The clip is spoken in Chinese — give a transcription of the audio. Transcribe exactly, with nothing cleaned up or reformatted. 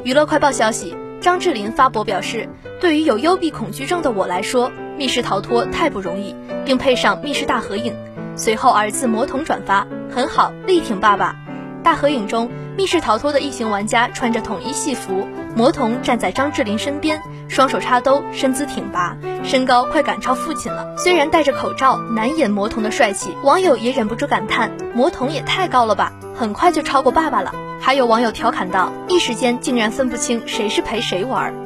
娱乐快报消息，张智霖发博表示，对于有幽闭恐惧症的我来说，密室逃脱太不容易，并配上密室大合影。随后儿子魔童转发，很好，力挺爸爸。大合影中，密室逃脱的一行玩家穿着统一戏服，魔童站在张智霖身边，双手插兜，身姿挺拔，身高快赶超父亲了。虽然戴着口罩，难掩魔童的帅气，网友也忍不住感叹，魔童也太高了吧，很快就超过爸爸了。还有网友调侃道，一时间竟然分不清谁是陪谁玩。